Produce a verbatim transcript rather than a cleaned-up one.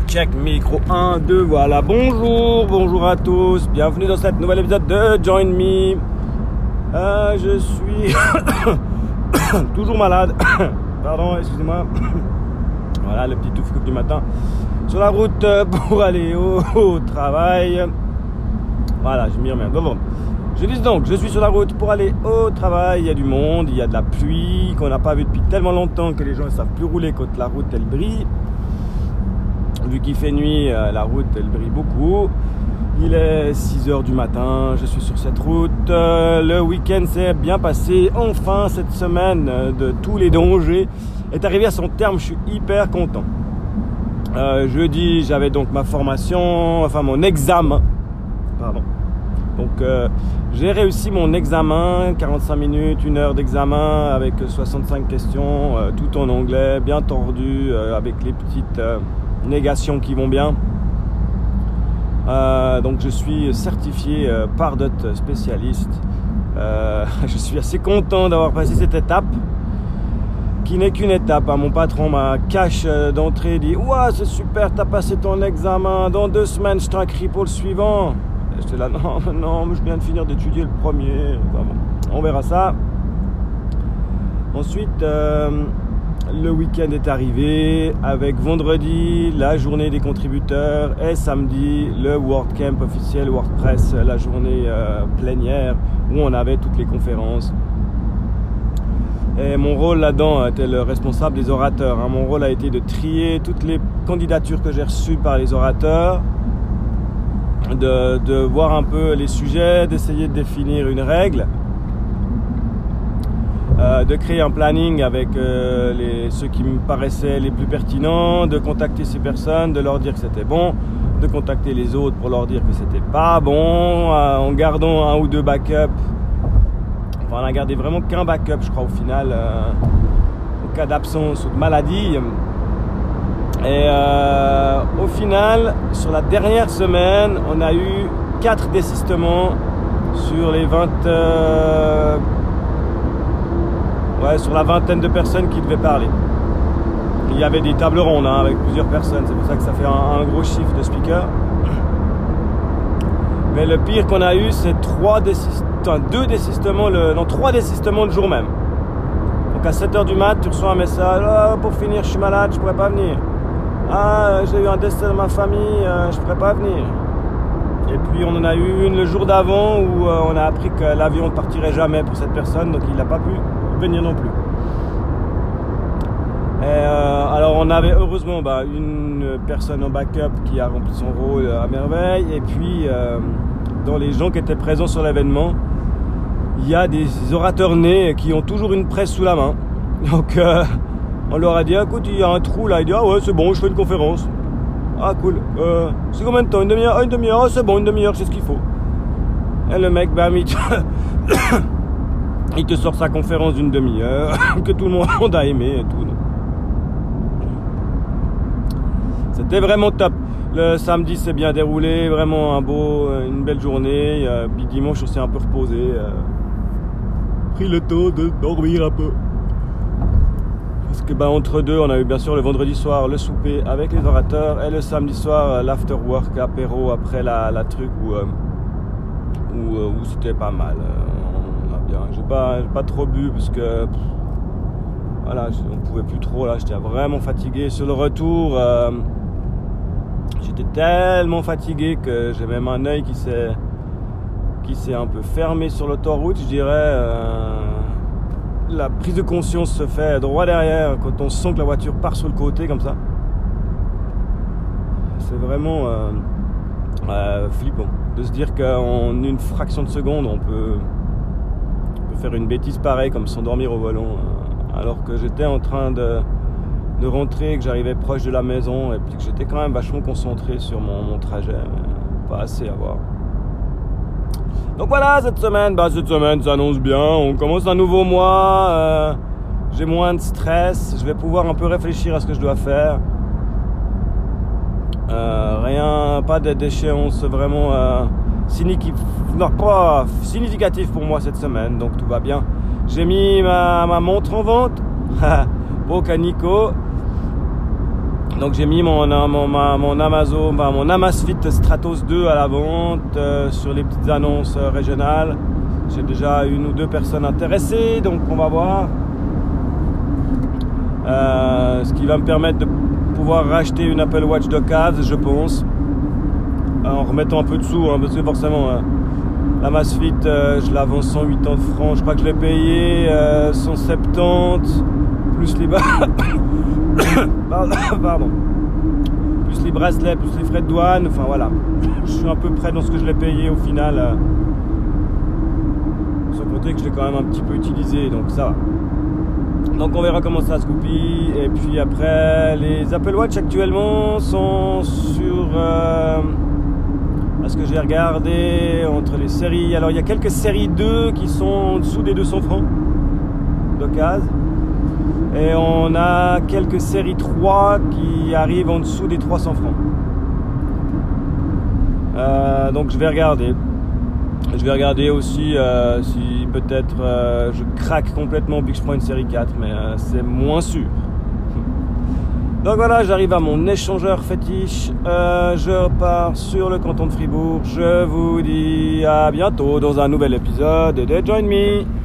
check, micro un, deux, voilà. Bonjour, bonjour à tous. Bienvenue dans cette nouvelle épisode de Join Me. Euh, je suis toujours malade. Pardon, excusez-moi. Voilà, le petit touffe du matin. Sur la route pour aller au, au travail. Voilà, je m'y remets. Bon, bon. Je dis donc, je suis sur la route pour aller au travail. Il y a du monde, il y a de la pluie qu'on n'a pas vu depuis tellement longtemps que les gens ne savent plus rouler quand la route elle brille. Vu qu'il fait nuit, la route elle brille beaucoup. Il est six heures du matin, je suis sur cette route. Le week-end s'est bien passé. Enfin, cette semaine de tous les dangers est arrivée à son terme. Je suis hyper content. Euh, jeudi, j'avais donc ma formation, enfin mon examen. Pardon. Donc euh, j'ai réussi mon examen, quarante-cinq minutes, une heure d'examen avec soixante-cinq questions, euh, tout en anglais, bien tordu, euh, avec les petites euh, négations qui vont bien. Euh, donc je suis certifié euh, Pardot spécialiste. Euh, je suis assez content d'avoir passé cette étape, qui n'est qu'une étape. Hein. Mon patron m'a cash euh, d'entrée dit « Ouah, c'est super, t'as passé ton examen, dans deux semaines je t'inscris pour le suivant ». J'étais là, non, non, je viens de finir d'étudier le premier. Enfin, bon, on verra ça. Ensuite, euh, le week-end est arrivé avec vendredi, la journée des contributeurs et samedi, le WordCamp officiel WordPress, la journée euh, plénière où on avait toutes les conférences. Et mon rôle là-dedans était le responsable des orateurs. Hein. Mon rôle a été de trier toutes les candidatures que j'ai reçues par les orateurs. De, de voir un peu les sujets, d'essayer de définir une règle, euh, de créer un planning avec euh, les, ceux qui me paraissaient les plus pertinents, de contacter ces personnes, de leur dire que c'était bon, de contacter les autres pour leur dire que c'était pas bon, euh, en gardant un ou deux backups. Enfin, on a gardé vraiment qu'un backup, je crois, au final, euh, au cas d'absence ou de maladie. Et euh, au final, sur la dernière semaine, on a eu quatre désistements sur les vingt, euh, ouais, sur la vingtaine de personnes qui devaient parler. Il y avait des tables rondes hein, avec plusieurs personnes, c'est pour ça que ça fait un, un gros chiffre de speakers. Mais le pire qu'on a eu, c'est trois désistements, deux désistements, le, non trois désistements le jour même. Donc à sept heures du mat, tu reçois un message, oh, pour finir, je suis malade, je pourrais pas venir. Ah, j'ai eu un décès dans ma famille, euh, je ne pourrais pas venir. Et puis on en a eu une le jour d'avant où euh, on a appris que l'avion ne partirait jamais pour cette personne, donc il n'a pas pu venir non plus. Et, euh, alors on avait heureusement bah, une personne en backup qui a rempli son rôle à merveille. Et puis euh, dans les gens qui étaient présents sur l'événement, il y a des orateurs nés qui ont toujours une presse sous la main. Donc euh, on leur a dit, écoute, il y a un trou là. Il dit, ah ouais, c'est bon, je fais une conférence. Ah cool. Euh, c'est combien de temps? Une demi-heure? Ah, une demi-heure. Ah, c'est bon, une demi-heure, c'est ce qu'il faut. Et le mec, bam, il te, il te sort sa conférence d'une demi-heure que tout le monde a aimé et tout. C'était vraiment top. Le samedi s'est bien déroulé, vraiment un beau, une belle journée. Puis dimanche, on s'est un peu reposé. Euh, pris le temps de dormir un peu. Parce que bah, entre deux, on a eu bien sûr le vendredi soir le souper avec les orateurs et le samedi soir l'after work apéro après la, la truc où, euh, où, euh, où c'était pas mal. Euh, on a bien. J'ai pas, j'ai pas trop bu parce que pff, voilà, on pouvait plus trop là. J'étais vraiment fatigué. Sur le retour, euh, j'étais tellement fatigué que j'ai même un œil qui s'est qui s'est un peu fermé sur l'autoroute, je dirais. Euh, La prise de conscience se fait droit derrière quand on sent que la voiture part sur le côté comme ça. C'est vraiment euh, euh, flippant de se dire qu'en une fraction de seconde on peut, on peut faire une bêtise pareille comme s'endormir au volant euh, alors que j'étais en train de, de rentrer, que j'arrivais proche de la maison et puis que j'étais quand même vachement concentré sur mon, mon trajet, mais pas assez à voir. Donc voilà, cette semaine, bah cette semaine s'annonce bien, on commence un nouveau mois, euh, j'ai moins de stress, je vais pouvoir un peu réfléchir à ce que je dois faire. Euh, rien, pas d'échéance vraiment euh, significatif, non, pas significatif pour moi cette semaine, donc tout va bien. J'ai mis ma, ma montre en vente, beau canico. Donc j'ai mis mon, mon, mon Amazon, enfin, mon Amazfit Stratos deux à la vente euh, sur les petites annonces euh, régionales. J'ai déjà une ou deux personnes intéressées, donc on va voir. Euh, ce qui va me permettre de pouvoir racheter une Apple Watch d'occasion, je pense, en remettant un peu de sous, hein, parce que forcément hein, l'Amazfit euh, je la vends cent quatre-vingts francs, je crois que je l'ai payé euh, cent soixante-dix plus les pardon plus les bracelets, plus les frais de douane, enfin voilà, je suis un peu près dans ce que je l'ai payé au final, euh, sans compter que je l'ai quand même un petit peu utilisé, donc ça va. Donc on verra comment ça se goupille. Et puis après, les Apple Watch actuellement sont sur euh, à ce que j'ai regardé entre les séries. Alors il y a quelques séries deux qui sont en dessous des deux cents francs d'occasion. Et on a quelques séries trois qui arrivent en dessous des trois cents francs. Euh, donc je vais regarder. Je vais regarder aussi euh, si peut-être euh, je craque complètement puis que je prends une série quatre, mais euh, c'est moins sûr. Donc voilà, j'arrive à mon échangeur fétiche. Euh, je repars sur le canton de Fribourg. Je vous dis à bientôt dans un nouvel épisode de Join Me.